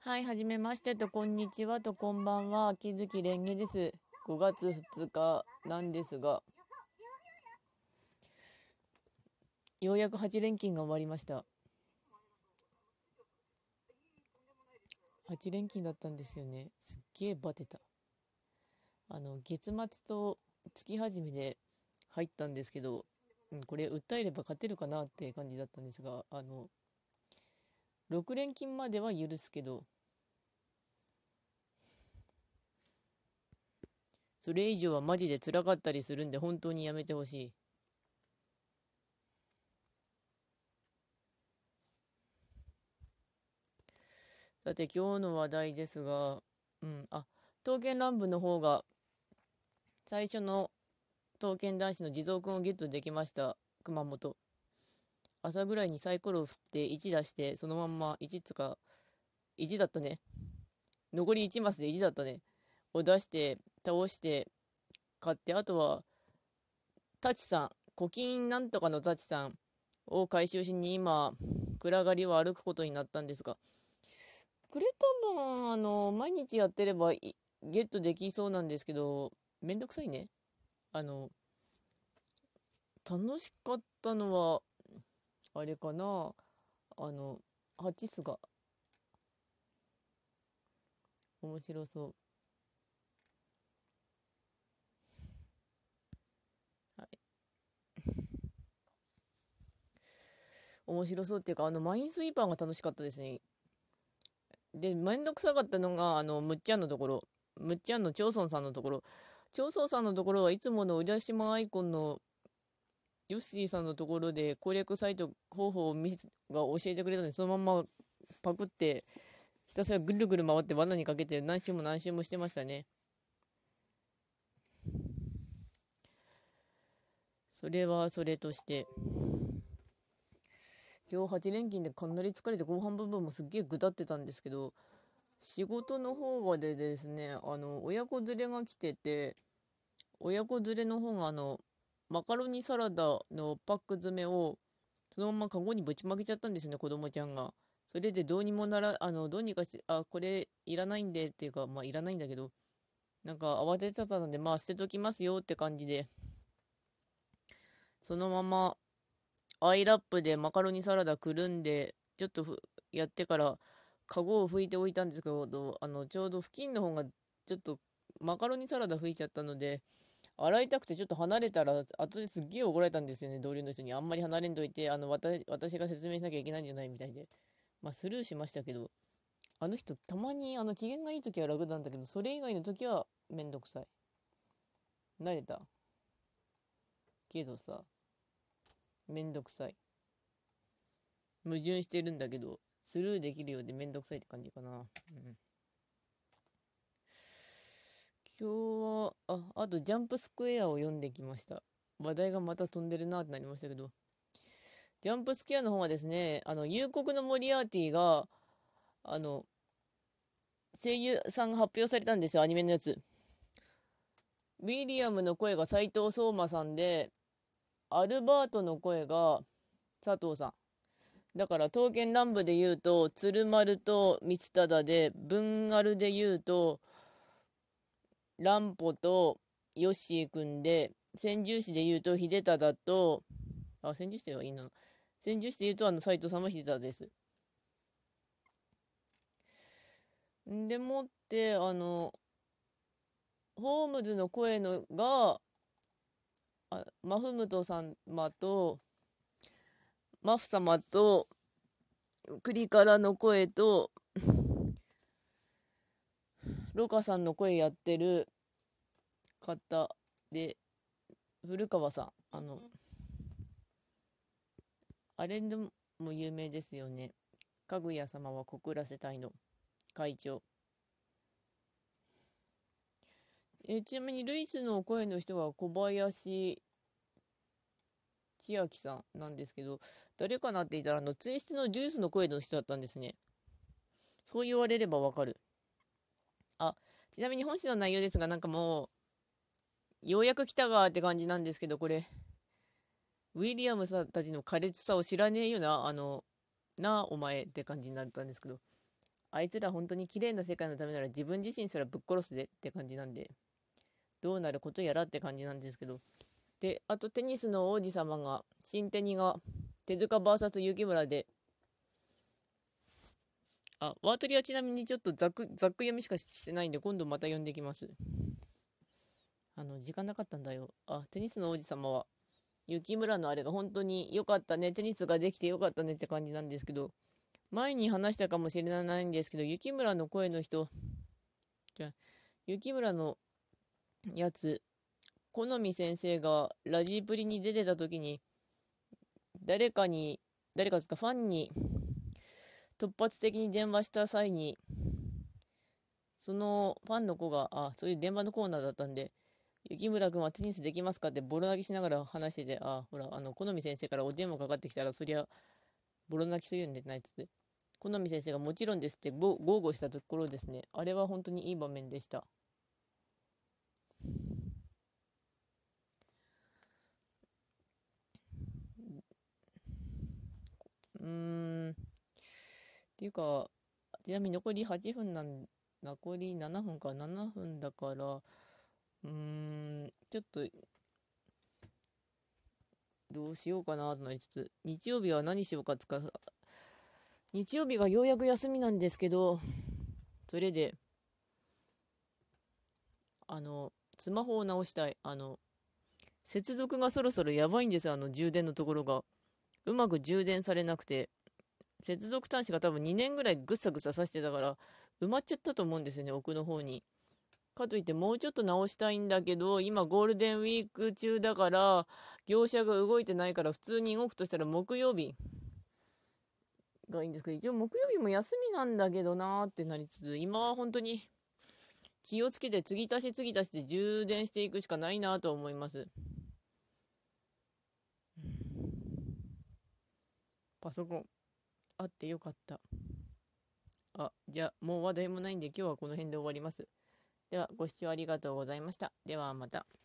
はい、はじめましてと、こんにちはと、こんばんは。秋月蓮華です。5月2日なんですが、ようやく8連勤が終わりました。8連勤だったんですよね。すっげえバテた。月末と月始めで入ったんですけど、これ訴えれば勝てるかなって感じだったんですが、6連勤までは許すけど、それ以上はマジで辛かったりするんで、本当にやめてほしい。さて、今日の話題ですが、刀剣乱舞の方が最初の刀剣男子の地蔵くんをゲットできました。熊本。朝ぐらいにサイコロを振って1出して、そのまんま1つか、1だったね。残り1マスで1だったね。を出して、倒して、買って、あとは、タチさん、古今なんとかのタチさんを回収しに今、暗がりを歩くことになったんですが、これ多分、毎日やってればゲットできそうなんですけど、めんどくさいね。あの、楽しかったのは、あれかな。あの、ハチスが面白そう。はい。面白そうっていうか、マインスイーパーが楽しかったですね。で、めんどくさかったのが、むっちゃんのところ。むっちゃんの長村さんのところ。長村さんのところはいつもの浦島アイコンのヨッシーさんのところで攻略サイト方法をが教えてくれたので、そのままパクって、ひたすらぐるぐる回って罠にかけて何周も何周もしてましたね。それはそれとして。今日8連勤でかなり疲れて後半部分もすっげえぐだってたんですけど、仕事の方がでですね、親子連れが来てて、親子連れの方がマカロニサラダのパック詰めをそのままカゴにぶちまけちゃったんですよね、子供ちゃんが。それでどうにもなら、どうにかして、これいらないんでっていうか、まあいらないんだけど、なんか慌ててたので、まあ捨てときますよって感じで、そのままアイラップでマカロニサラダくるんで、ちょっとやってから、カゴを拭いておいたんですけど、ちょうど付近の方が、ちょっとマカロニサラダ拭いちゃったので、洗いたくてちょっと離れたら、後ですっげえ怒られたんですよね、同僚の人に。あんまり離れんといて、私が説明しなきゃいけないんじゃないみたいで。まあ、スルーしましたけど、あの人、たまに、機嫌がいい時は楽なんだけど、それ以外の時はめんどくさい。慣れたけどさ、めんどくさい。矛盾してるんだけど、スルーできるようでめんどくさいって感じかな。今日は、あとジャンプスクエアを読んできました。話題がまた飛んでるなってなりましたけど、ジャンプスクエアの方はですね、夕刻のモリアーティが、あの、声優さんが発表されたんですよ、アニメのやつ。ウィリアムの声が斉藤壮馬さんで、アルバートの声が佐藤さん。だから、刀剣乱舞で言うと、鶴丸と光忠で、文丸で言うと、乱歩とヨッシーくんで、千獣士で言うと、秀忠と、千獣士ではいいな。千獣士で言うと、斉藤さんも秀忠です。でもって、ホームズの声のが、マフムト様と、マフ様と、クリカラの声と、ロカさんの声やってる方で、古川さん。あれでも有名ですよね。かぐや様は告らせたいの会長。ちなみにルイスの声の人は小林千秋さんなんですけど、誰かなって言ったら、ツイストのジュースの声の人だったんですね。そう言われればわかる。あ、ちなみに本誌の内容ですが、なんかもう、ようやく来たがって感じなんですけど、これ、ウィリアムさんたちの苛烈さを知らねえよな、お前って感じになったんですけど、 あいつら本当に綺麗な世界のためなら自分自身すらぶっ殺すでって感じなんで、どうなることやらって感じなんですけど。で、あとテニスの王子様が、新テニが手塚 VS 雪村で、ワートリはちなみにちょっとざっく読みしかしてないんで、今度また読んできます。時間なかったんだよ。テニスの王子様は、雪村のあれが本当に良かったね、テニスができて良かったねって感じなんですけど、前に話したかもしれないんですけど、雪村の声の人、じゃあ雪村のやつ、好み先生がラジプリに出てた時に、誰かに、誰かですか、ファンに突発的に電話した際に、そのファンの子が、そういう電話のコーナーだったんで、雪村君はテニスできますかってボロ泣きしながら話してて、ほら、好み先生からお電話かかってきたら、そりゃ、ボロ泣きするよねってないつで。好み先生がもちろんですって豪語したところですね。あれは本当にいい場面でした。うーん。っていうか、ちなみに残り8分残り7分か、7分だから、ちょっとどうしようかなとなりつつ、日曜日は何しようかつか、日曜日がようやく休みなんですけど、それで、スマホを直したい。接続がそろそろやばいんですよ、充電のところが。うまく充電されなくて、接続端子が多分2年ぐらいぐさぐささしてたから、埋まっちゃったと思うんですよね、奥の方に。かといってもうちょっと直したいんだけど、今ゴールデンウィーク中だから、業者が動いてないから普通に動くとしたら木曜日がいいんですけど、一応木曜日も休みなんだけどなーってなりつつ、今は本当に気をつけて継ぎ足しで充電していくしかないなと思います。パソコンあってよかった。じゃあもう話題もないんで今日はこの辺で終わります。ではご視聴ありがとうございました。ではまた。